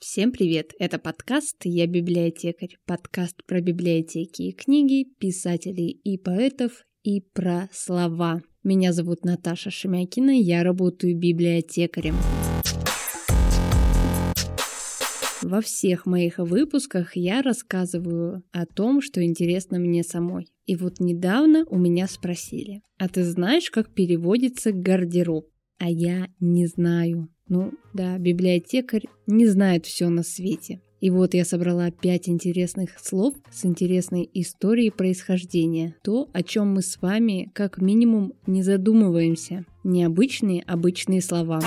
Всем привет! Это подкаст «Я библиотекарь». Подкаст про библиотеки и книги, писателей и поэтов, и про слова. Меня зовут Наташа Шемякина, я работаю библиотекарем. Во всех моих выпусках я рассказываю о том, что интересно мне самой. И вот недавно у меня спросили: а ты знаешь, как переводится гардероб? А я не знаю. Библиотекарь не знает все на свете. И вот я собрала 5 интересных слов с интересной историей происхождения. То, о чем мы с вами как минимум не задумываемся. Необычные, обычные слова.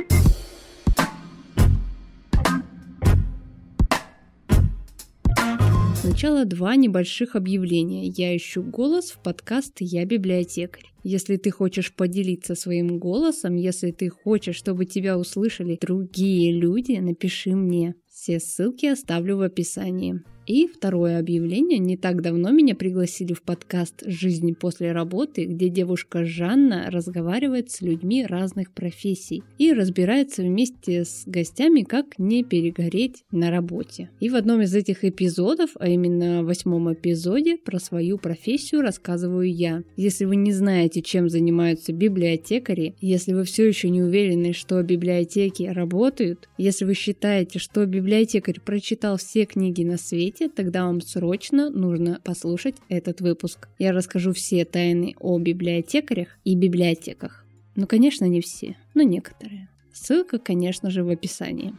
Сначала 2 небольших объявления. Я ищу голос в подкаст «Я библиотекарь». Если ты хочешь поделиться своим голосом, если ты хочешь, чтобы тебя услышали другие люди, напиши мне. Все ссылки оставлю в описании. И второе объявление. Не так давно меня пригласили в подкаст «Жизнь после работы», где девушка Жанна разговаривает с людьми разных профессий и разбирается вместе с гостями, как не перегореть на работе. И в одном из этих эпизодов, а именно в 8-м эпизоде, про свою профессию рассказываю я. Если вы не знаете, чем занимаются библиотекари, если вы все еще не уверены, что библиотеки работают, если вы считаете, что библиотекарь прочитал все книги на свете, тогда вам срочно нужно послушать этот выпуск. Я расскажу все тайны о библиотекарях и библиотеках. Конечно, не все, но некоторые. Ссылка, конечно же, в описании.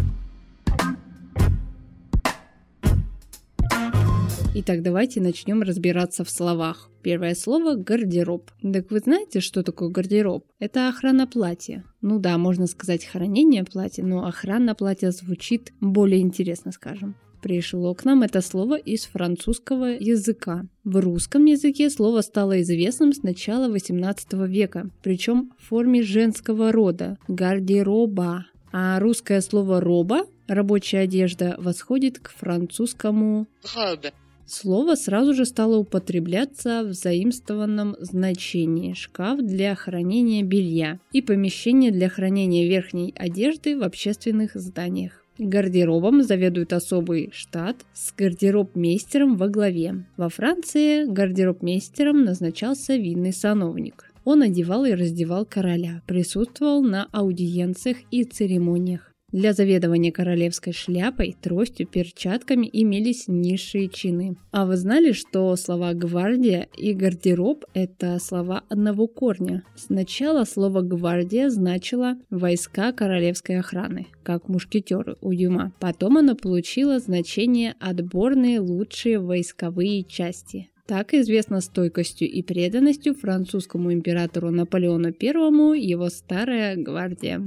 Итак, давайте начнем разбираться в словах. Первое слово – гардероб. Так вы знаете, что такое гардероб? Это охрана платья. Можно сказать хранение платья, но охрана платья звучит более интересно, скажем. Пришло к нам это слово из французского языка. В русском языке слово стало известным с начала XVIII века, причем в форме женского рода – гардероба. А русское слово «роба» – рабочая одежда – восходит к французскому «robe». Слово сразу же стало употребляться в заимствованном значении: шкаф для хранения белья и помещение для хранения верхней одежды в общественных зданиях. Гардеробом заведует особый штат с гардеробмейстером во главе. Во Франции гардеробмейстером назначался видный сановник. Он одевал и раздевал короля, присутствовал на аудиенциях и церемониях. Для заведования королевской шляпой, тростью, перчатками имелись низшие чины. А вы знали, что слова «гвардия» и «гардероб» – это слова одного корня? Сначала слово «гвардия» значило «войска королевской охраны», как мушкетеры у Дюма. Потом оно получило значение «отборные лучшие войсковые части». Так известно стойкостью и преданностью французскому императору Наполеону I его старая гвардия.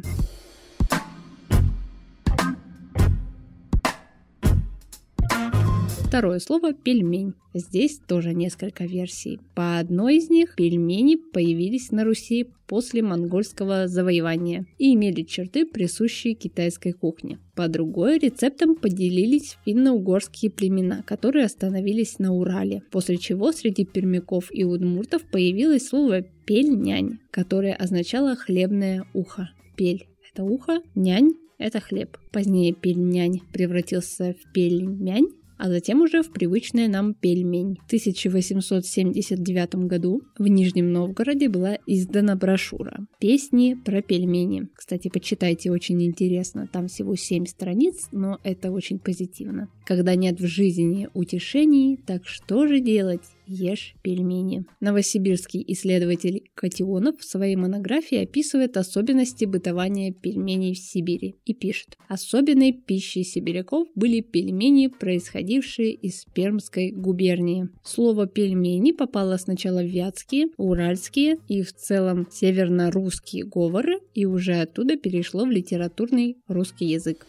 Второе слово – пельмень. Здесь тоже несколько версий. По одной из них пельмени появились на Руси после монгольского завоевания и имели черты, присущие китайской кухне. По другой рецептом поделились финно-угорские племена, которые остановились на Урале, после чего среди пермяков и удмуртов появилось слово «пельнянь», которое означало «хлебное ухо». Пель – это ухо, нянь – это хлеб. Позднее пельнянь превратился в пельмянь, а затем уже в привычное нам пельмень. В 1879 году в Нижнем Новгороде была издана брошюра «Песни про пельмени». Кстати, почитайте, очень интересно. Там всего 7 страниц, но это очень позитивно. Когда нет в жизни утешений, так что же делать? Ешь пельмени. Новосибирский исследователь Катионов в своей монографии описывает особенности бытования пельменей в Сибири и пишет: особенной пищей сибиряков были пельмени, происходившие из Пермской губернии. Слово «пельмени» попало сначала в вятские, уральские и в целом северно-русские говоры и уже оттуда перешло в литературный русский язык.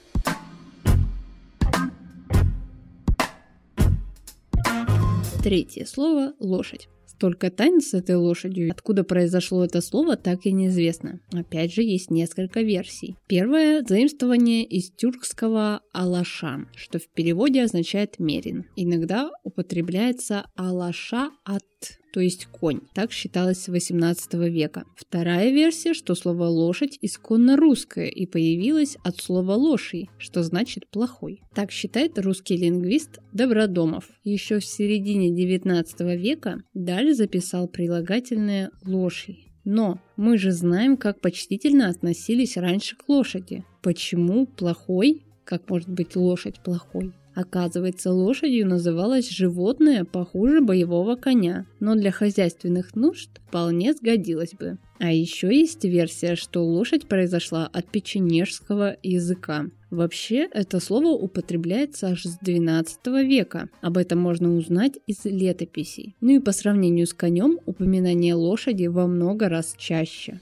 Третье слово – лошадь. Столько тайн с этой лошадью. Откуда произошло это слово, так и неизвестно. Опять же, есть несколько версий. Первое – заимствование из тюркского «алаша», что в переводе означает «мерин». Иногда употребляется «алаша» от то есть конь. Так считалось с 18 века. Вторая версия, что слово «лошадь» исконно русское и появилось от слова «лоший», что значит «плохой». Так считает русский лингвист Добродомов. Еще в середине 19 века Даль записал прилагательное «лоший». Но мы же знаем, как почтительно относились раньше к лошади. Почему плохой? Как может быть лошадь плохой? Оказывается, лошадью называлось животное похуже боевого коня, но для хозяйственных нужд вполне сгодилось бы. А еще есть версия, что лошадь произошла от печенежского языка. Вообще, это слово употребляется аж с 12 века. Об этом можно узнать из летописей. Ну и по сравнению с конем, упоминание лошади во много раз чаще.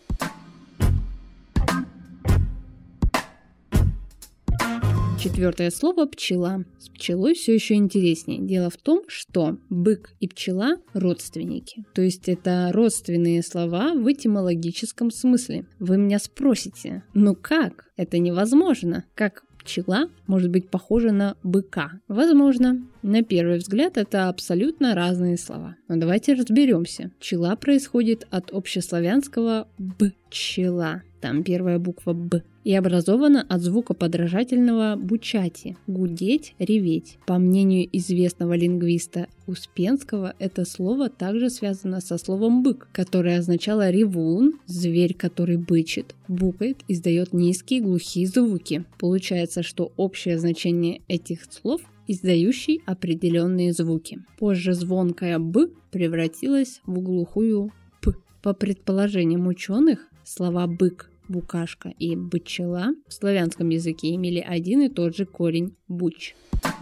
Четвертое слово – пчела. С пчелой все еще интереснее. Дело в том, что бык и пчела – родственники. То есть это родственные слова в этимологическом смысле. Вы меня спросите, ну как? Это невозможно. Как пчела может быть похожа на быка? Возможно. На первый взгляд это абсолютно разные слова. Но давайте разберемся. Пчела происходит от общеславянского «бчела». Там первая буква «б». И образована от звука подражательного «бучати» – гудеть, реветь. По мнению известного лингвиста Успенского, это слово также связано со словом «бык», которое означало ревун, зверь, который бычит, букает, издает низкие глухие звуки. Получается, что общее значение этих слов – издающий определенные звуки. Позже звонкое «б» превратилось в глухую «п». По предположениям ученых, слова «бык», «букашка» и «бычела» в славянском языке имели один и тот же корень «буч».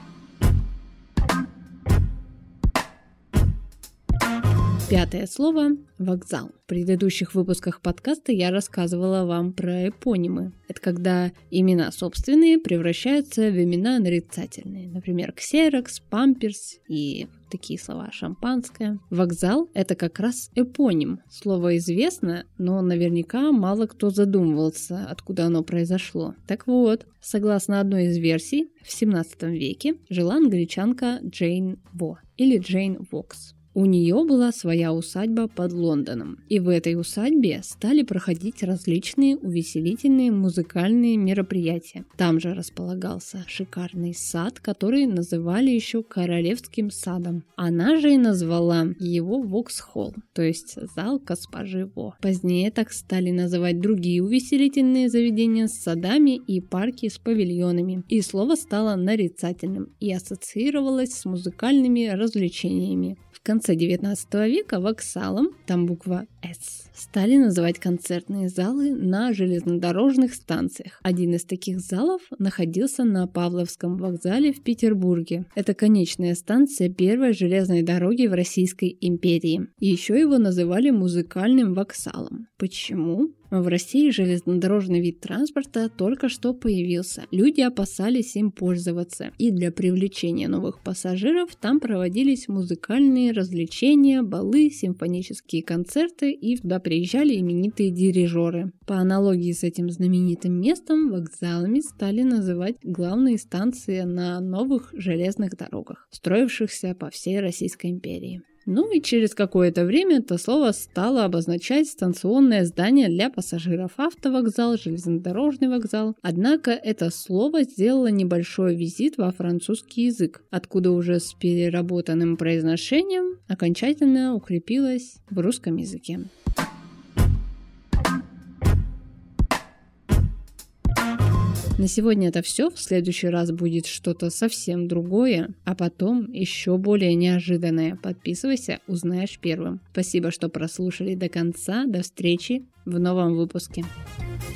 Пятое слово – вокзал. В предыдущих выпусках подкаста я рассказывала вам про эпонимы. Это когда имена собственные превращаются в имена нарицательные. Например, ксерокс, памперс и такие слова шампанское. Вокзал – это как раз эпоним. Слово известно, но наверняка мало кто задумывался, откуда оно произошло. Так вот, согласно одной из версий, в 17 веке жила англичанка Джейн Во или Джейн Вокс. У нее была своя усадьба под Лондоном, и в этой усадьбе стали проходить различные увеселительные музыкальные мероприятия. Там же располагался шикарный сад, который называли еще Королевским садом. Она же и назвала его Воксхолл, то есть зал госпожи Во. Позднее так стали называть другие увеселительные заведения с садами и парки с павильонами. И слово стало нарицательным и ассоциировалось с музыкальными развлечениями. В конце 19 века вокзалом, там буква «С», стали называть концертные залы на железнодорожных станциях. Один из таких залов находился на Павловском вокзале в Петербурге. Это конечная станция первой железной дороги в Российской империи. И еще его называли музыкальным вокзалом. Почему? В России железнодорожный вид транспорта только что появился. Люди опасались им пользоваться. И для привлечения новых пассажиров там проводились музыкальные развлечения, балы, симфонические концерты, и туда приезжали именитые дирижеры. По аналогии с этим знаменитым местом, вокзалами стали называть главные станции на новых железных дорогах, строившихся по всей Российской империи. Ну и через какое-то время это слово стало обозначать станционное здание для пассажиров, автовокзал, железнодорожный вокзал. Однако это слово сделало небольшой визит во французский язык, откуда уже с переработанным произношением окончательно укрепилось в русском языке. На сегодня это все. В следующий раз будет что-то совсем другое, а потом еще более неожиданное. Подписывайся, узнаешь первым. Спасибо, что прослушали до конца. До встречи в новом выпуске.